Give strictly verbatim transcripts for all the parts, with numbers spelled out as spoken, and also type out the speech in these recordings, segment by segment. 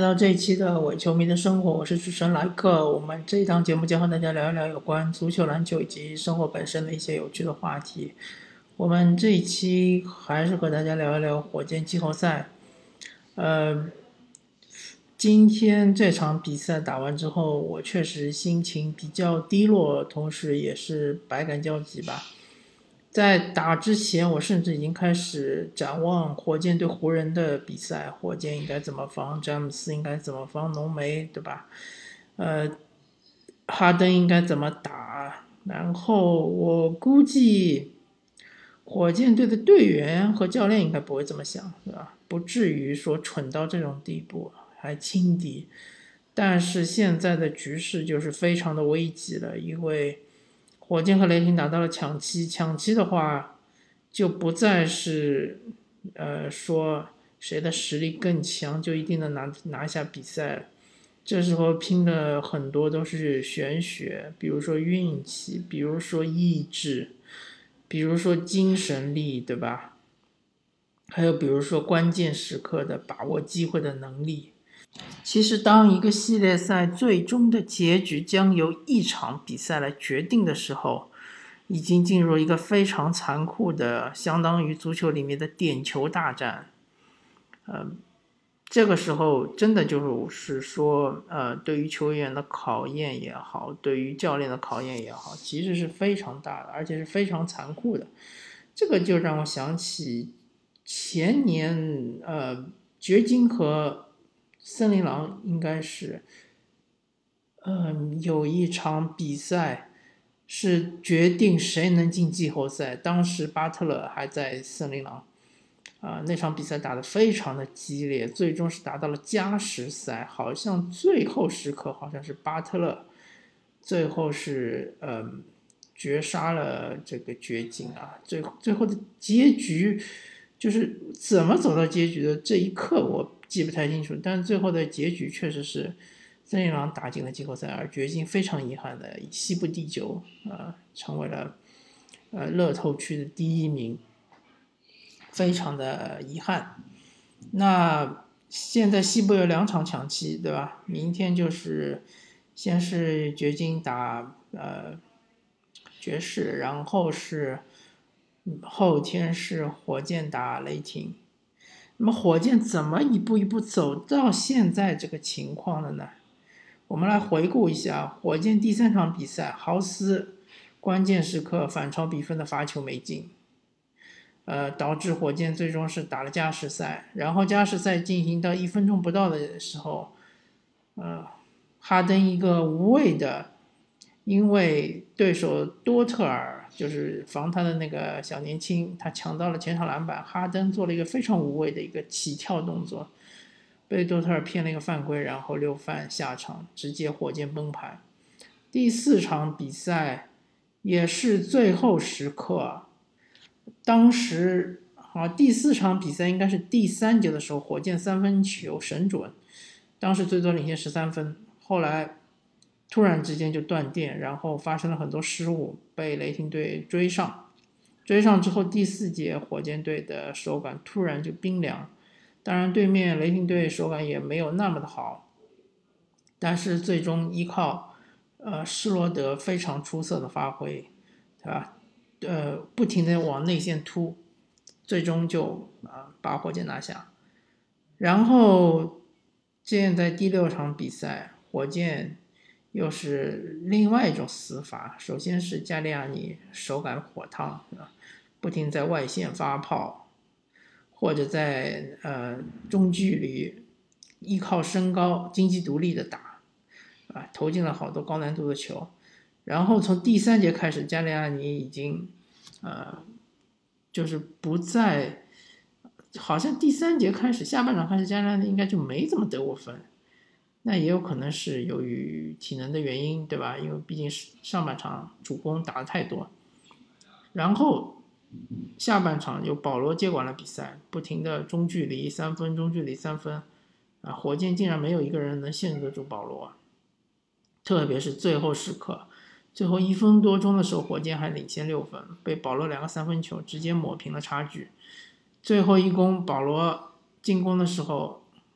到这一期的伪球迷的生活，我是主持人莱克。我们这一档节目将和大家聊一聊有关足球、篮球以及生活本身的一些有趣的话题。我们这一期还是和大家聊一聊火箭季后赛。呃，今天这场比赛打完之后，我确实心情比较低落，同时也是百感交集吧。在打之前，我甚至已经开始展望火箭对湖人的比赛，火箭应该怎么防，詹姆斯应该怎么防浓眉，对吧？呃，哈登应该怎么打？然后我估计火箭队的队员和教练应该不会这么想，对吧？不至于说蠢到这种地步，还轻敌。但是现在的局势就是非常的危急了，因为火箭和雷霆打到了抢七，抢七的话就不再是呃说谁的实力更强就一定能拿拿下比赛了。这时候拼的很多都是玄学，比如说运气，比如说意志，比如说精神力，对吧？还有比如说关键时刻的把握机会的能力。其实，当一个系列赛最终的结局将由一场比赛来决定的时候，已经进入一个非常残酷的，相当于足球里面的点球大战。呃，这个时候真的就是说，呃，对于球员的考验也好，对于教练的考验也好，其实是非常大的，而且是非常残酷的。这个就让我想起前年，呃，掘金和森林狼应该是，嗯，有一场比赛是决定谁能进季后赛。当时巴特勒还在森林狼，啊、呃，那场比赛打得非常的激烈，最终是打到了加时赛，好像最后时刻好像是巴特勒，最后是呃绝杀了这个掘金啊。最最后的结局就是怎么走到结局的这一刻我记不太清楚，但最后的结局确实是森林狼打进了季后赛，而掘金非常遗憾的以西部第九呃成为了呃乐透区的第一名，非常的遗憾。那现在西部有两场抢七，对吧？明天就是先是掘金打呃爵士，然后是后天是火箭打雷霆。那么火箭怎么一步一步走到现在这个情况的呢？我们来回顾一下火箭第三场比赛，豪斯关键时刻反超比分的罚球没进，呃，导致火箭最终是打了加时赛。然后加时赛进行到一分钟不到的时候，呃，哈登一个无谓的，因为对手多特尔就是防他的那个小年轻，他抢到了前场篮板，哈登做了一个非常无谓的一个起跳动作，被多特尔骗了一个犯规，然后六犯下场，直接火箭崩盘。第四场比赛也是最后时刻，当时啊第四场比赛应该是第三节的时候，火箭三分球神准，当时最多领先十三分，后来突然之间就断电，然后发生了很多失误，被雷霆队追上。追上之后，第四节火箭队的手感突然就冰凉。当然，对面雷霆队手感也没有那么的好，但是最终依靠呃施罗德非常出色的发挥，对吧？呃，不停的往内线突，最终就啊、呃、把火箭拿下。然后现在第六场比赛，火箭又是另外一种死法。首先是加利亚尼手感火烫，不停在外线发炮，或者在呃中距离依靠身高经济独立的打，啊，投进了好多高难度的球。然后从第三节开始，加利亚尼已经呃就是不再。好像第三节开始，下半场开始，加利亚尼应该就没怎么得过分，那也有可能是由于体能的原因，对吧？因为毕竟是上半场主攻打的太多，然后下半场由保罗接管了比赛，不停的中距离三分，中距离三分，啊，火箭竟然没有一个人能限制得住保罗，特别是最后时刻，最后一分多钟的时候，火箭还领先六分，被保罗两个三分球直接抹平了差距。最后一攻，保罗进攻的时候，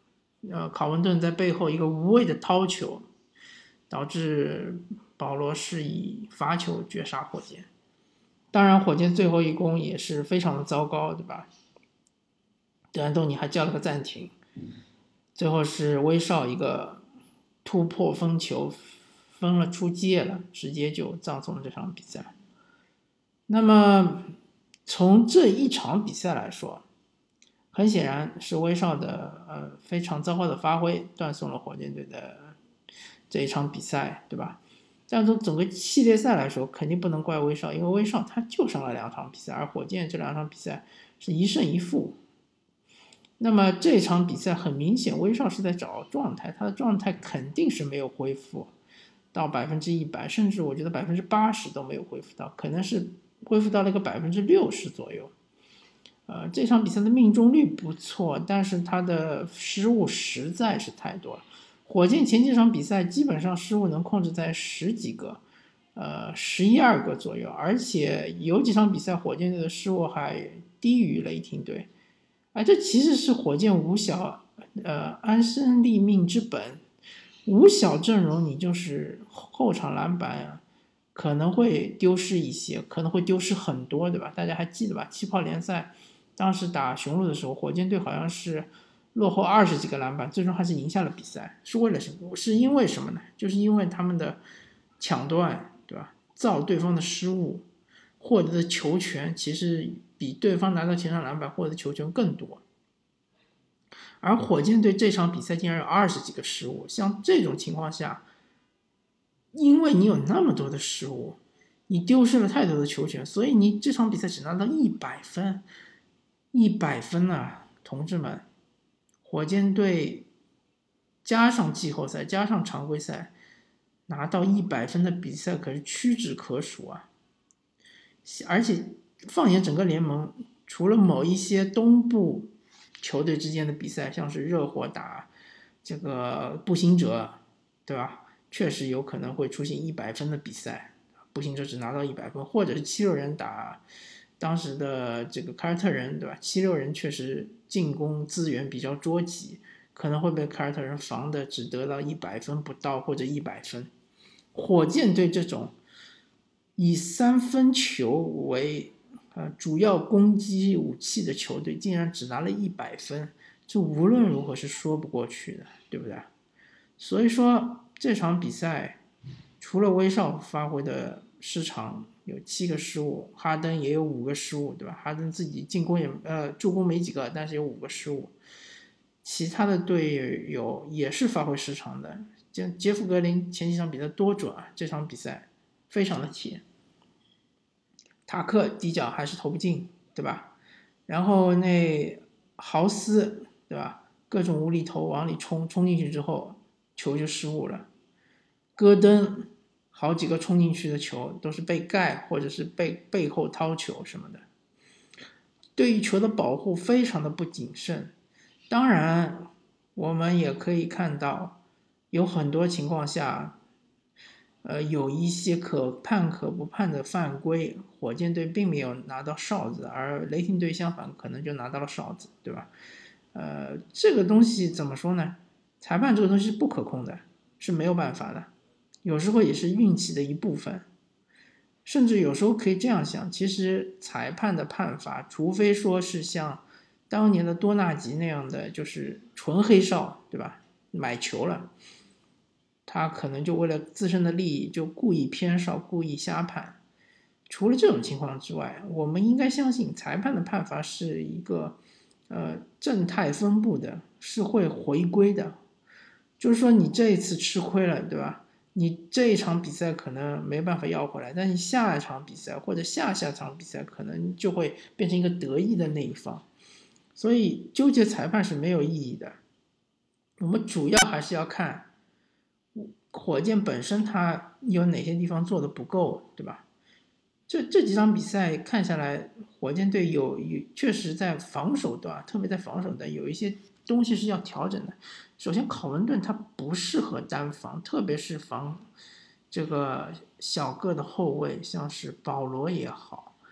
呃，考文顿在背后一个无谓的掏球，导致保罗是以罚球绝杀火箭。当然，火箭最后一攻也是非常的糟糕，对吧？德安东尼还叫了个暂停，最后是威少一个突破分球，分了出界了，直接就葬送了这场比赛。那么从这一场比赛来说，很显然是威少的呃非常糟糕的发挥断送了火箭队的这一场比赛，对吧？但从整个系列赛来说，肯定不能怪威少，因为威少他就上了两场比赛，而火箭这两场比赛是一胜一负。那么这场比赛很明显，威少是在找状态，他的状态肯定是没有恢复到百分之一百，甚至我觉得百分之八十都没有恢复到，可能是恢复到了一个百分之六十左右。呃，这场比赛的命中率不错，但是他的失误实在是太多了。火箭前几场比赛基本上失误能控制在十几个，呃，十一二个左右，而且有几场比赛火箭队的失误还低于雷霆队。啊，这其实是火箭五小呃安身立命之本。五小阵容，你就是后场篮板啊，可能会丢失一些，可能会丢失很多，对吧？大家还记得吧？气泡联赛当时打雄鹿的时候，火箭队好像是落后二十几个篮板，最终还是赢下了比赛。是为了什么？是因为什么呢？就是因为他们的抢断，对吧？造对方的失误，获得的球权其实比对方拿到前场篮板获得的球权更多。而火箭队这场比赛竟然有二十几个失误，像这种情况下，因为你有那么多的失误，你丢失了太多的球权，所以你这场比赛只拿到一百分，一百分啊，同志们！火箭队加上季后赛加上常规赛拿到一百分的比赛可是屈指可数啊！而且放眼整个联盟，除了某一些东部球队之间的比赛，像是热火打这个步行者，对吧？确实有可能会出现一百分的比赛，步行者只拿到一百分，或者是七六人打当时的这个凯尔特人，对吧？七六人确实进攻资源比较捉急，可能会被凯尔特人防的只得到一百分不到或者一百分。火箭队这种以三分球为呃主要攻击武器的球队，竟然只拿了一百分，这无论如何是说不过去的，对不对？所以说这场比赛除了威少发挥的失常，有七个失误，哈登也有五个失误，对吧？哈登自己进攻也呃助攻没几个，但是有五个失误，其他的队友也是发挥失常的。像杰夫格林前几场比赛多准啊，这场比赛非常的铁。塔克底角还是投不进，对吧？然后那豪斯，对吧？各种无厘头往里冲，冲进去之后球就失误了。戈登好几个冲进去的球都是被盖或者是被背后掏球什么的，对于球的保护非常的不谨慎。当然我们也可以看到有很多情况下呃，有一些可判可不判的犯规，火箭队并没有拿到哨子，而雷霆队相反可能就拿到了哨子，对吧？呃，这个东西怎么说呢？裁判这个东西是不可控的，是没有办法的，有时候也是运气的一部分，甚至有时候可以这样想，其实裁判的判罚，除非说是像当年的多纳吉那样的，就是纯黑哨，对吧？买球了。他可能就为了自身的利益就故意偏少故意瞎判，除了这种情况之外，我们应该相信裁判的判罚是一个呃正态分布的，是会回归的。就是说你这一次吃亏了，对吧？你这一场比赛可能没办法要回来，但你下一场比赛或者下下场比赛可能就会变成一个得意的那一方，所以纠结裁判是没有意义的。我们主要还是要看火箭本身它有哪些地方做的不够，对吧？这这几场比赛看下来，火箭队有有确实在防守端，特别在防守端有一些东西是要调整的。首先，考文顿他不适合单防，特别是防这个小个的后卫，像是保罗也好，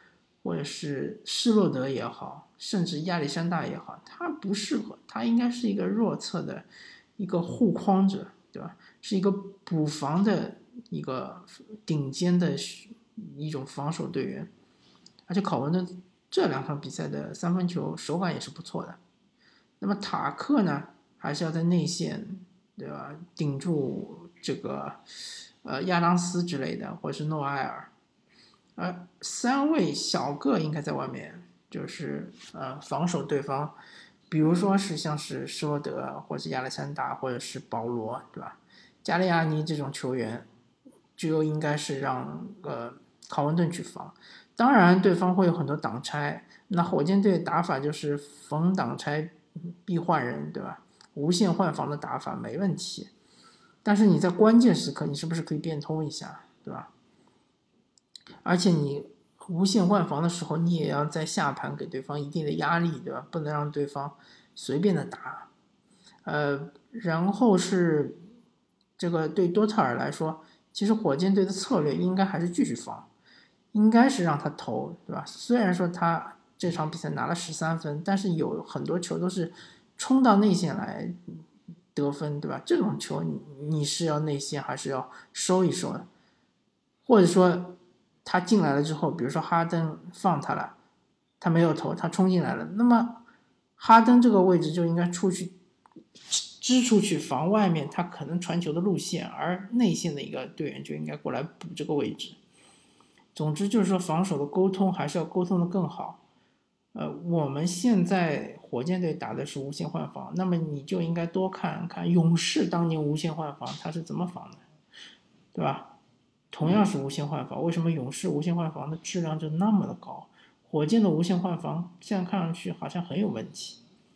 或者是施洛德也好，甚至亚历山大也好，他不适合，他应该是一个弱侧的一个护框者，对吧？是一个补防的一个顶尖的一种防守队员。而且考文顿这两场比赛的三分球手感也是不错的。那么塔克呢，还是要在内线，对吧？顶住这个呃亚当斯之类的，或者是诺埃尔。而三位小个应该在外面，就是呃防守对方，比如说是像是施罗德，或者是亚历山大，或者是保罗，对吧？加利亚尼这种球员，就应该是让呃考文顿去防。当然，对方会有很多挡拆，那火箭队打法就是逢挡拆必换人，对吧？无限换防的打法没问题，但是你在关键时刻，你是不是可以变通一下，对吧？而且你无限换防的时候，你也要在下盘给对方一定的压力，对吧？不能让对方随便的打。呃，然后是这个对多特尔来说，其实火箭队的策略应该还是继续防，应该是让他投，对吧？虽然说他这场比赛拿了十三分，但是有很多球都是冲到内线来得分，对吧？这种球你你是要内线还是要收一收的？或者说他进来了之后，比如说哈登放他了，他没有投，他冲进来了，那么哈登这个位置就应该出去支出去防外面他可能传球的路线，而内线的一个队员就应该过来补这个位置。总之就是说，防守的沟通还是要沟通的更好。呃，我们现在火箭队打的是无限换防，那么你就应该多看看勇士当年无限换防他是怎么防的，对吧？同样是无限换防，为什么勇士无限换防的质量就那么的高？火箭的无限换防现在看上去好像很有问题。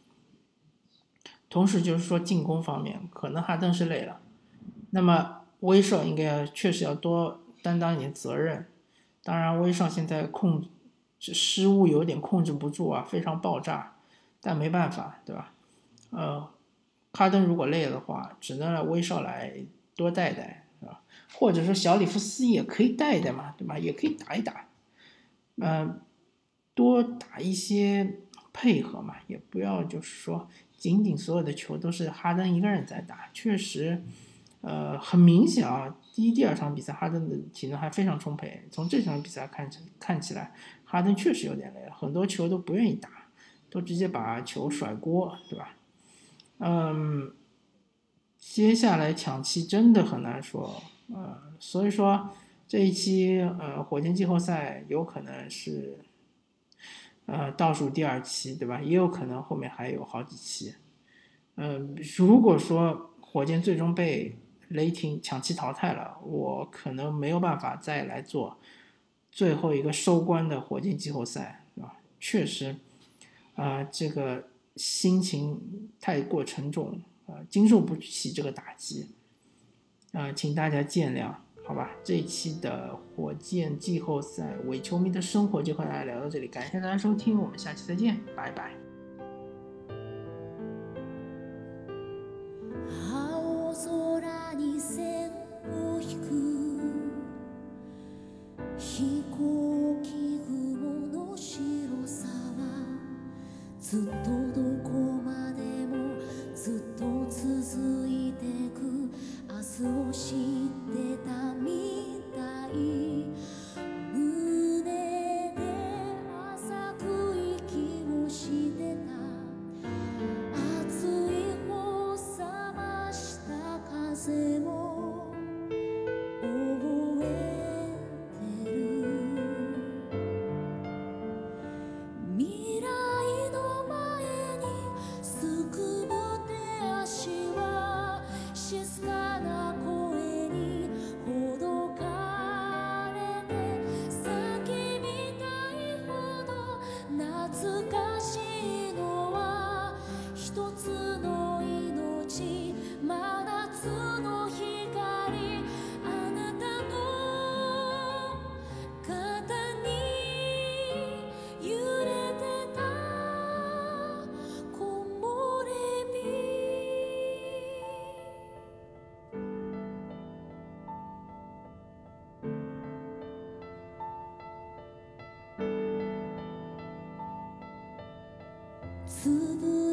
同时就是说进攻方面，可能哈登是累了，那么威少应该要确实要多担当一点责任。当然，威少现在控失误有点控制不住啊，非常爆炸，但没办法，对吧？呃，哈登如果累了的话，只能让威少来多带带，是吧？或者说小里弗斯也可以带带嘛，对吧？也可以打一打，嗯、呃，多打一些配合嘛，也不要就是说仅仅所有的球都是哈登一个人在打，确实。呃，很明显啊，第一、第二场比赛哈登的体能还非常充沛。从这场比赛看看起来，哈登确实有点累了，很多球都不愿意打，都直接把球甩锅，对吧？嗯，接下来抢七真的很难说，呃，所以说这一期呃火箭季后赛有可能是呃倒数第二期，对吧？也有可能后面还有好几期。呃，如果说火箭最终被雷霆抢七淘汰了，我可能没有办法再来做最后一个收官的火箭季后赛，啊，确实，啊、呃，这个心情太过沉重，啊、呃，经受不起这个打击，啊、呃，请大家见谅，好吧？这一期的火箭季后赛伪球迷的生活就和大家聊到这里，感谢大家收听，我们下期再见，拜拜。 ずっとどこまでもずっと続いてく明日を知ってたみたい胸で浅く息をしてた熱い方冷ました風も覚えてる未来のぶ